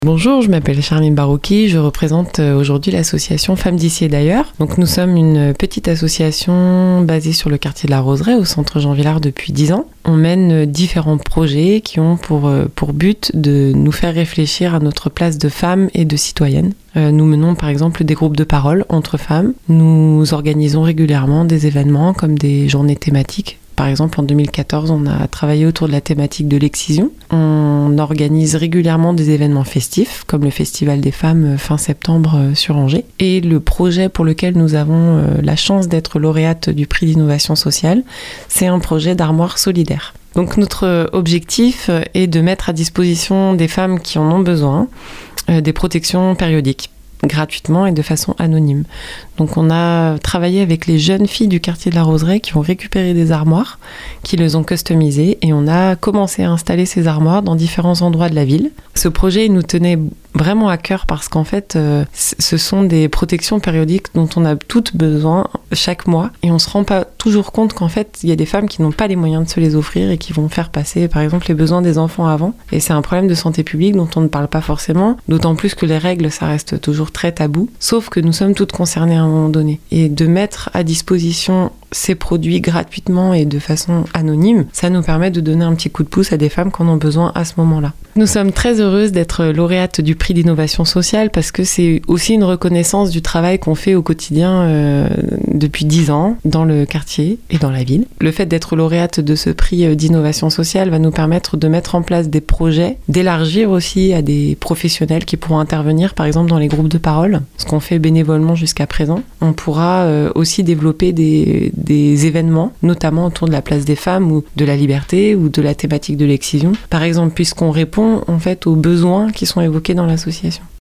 Bonjour, je m'appelle Charline Barouki, je représente aujourd'hui l'association Femmes d'ici et d'ailleurs. Donc nous sommes une petite association basée sur le quartier de la Roseraie au centre Jean Villard depuis 10 ans. On mène différents projets qui ont pour but de nous faire réfléchir à notre place de femmes et de citoyennes. Nous menons par exemple des groupes de parole entre femmes. Nous organisons régulièrement des événements comme des journées thématiques. Par exemple, en 2014, on a travaillé autour de la thématique de l'excision. On organise régulièrement des événements festifs, comme le Festival des femmes fin septembre sur Angers. Et le projet pour lequel nous avons la chance d'être lauréate du prix d'innovation sociale, c'est un projet d'armoire solidaire. Donc notre objectif est de mettre à disposition des femmes qui en ont besoin des protections périodiques, gratuitement et de façon anonyme. Donc on a travaillé avec les jeunes filles du quartier de la Roseraie qui ont récupéré des armoires, qui les ont customisées et on a commencé à installer ces armoires dans différents endroits de la ville. Ce projet nous tenait vraiment à cœur parce qu'en fait ce sont des protections périodiques dont on a toutes besoin chaque mois et on se rend pas toujours compte qu'en fait il y a des femmes qui n'ont pas les moyens de se les offrir et qui vont faire passer par exemple les besoins des enfants avant, et c'est un problème de santé publique dont on ne parle pas forcément, d'autant plus que les règles ça reste toujours très tabou, sauf que nous sommes toutes concernées à un moment donné, et de mettre à disposition ces produits gratuitement et de façon anonyme, ça nous permet de donner un petit coup de pouce à des femmes qui en ont besoin à ce moment-là. Nous sommes très heureuses d'être lauréates du prix d'innovation sociale parce que c'est aussi une reconnaissance du travail qu'on fait au quotidien depuis 10 ans dans le quartier et dans la ville. Le fait d'être lauréate de ce prix d'innovation sociale va nous permettre de mettre en place des projets, d'élargir aussi à des professionnels qui pourront intervenir par exemple dans les groupes de parole, ce qu'on fait bénévolement jusqu'à présent. On pourra aussi développer des événements, notamment autour de la place des femmes ou de la liberté ou de la thématique de l'excision. Par exemple, puisqu'on répond en fait aux besoins qui sont évoqués dans l'association.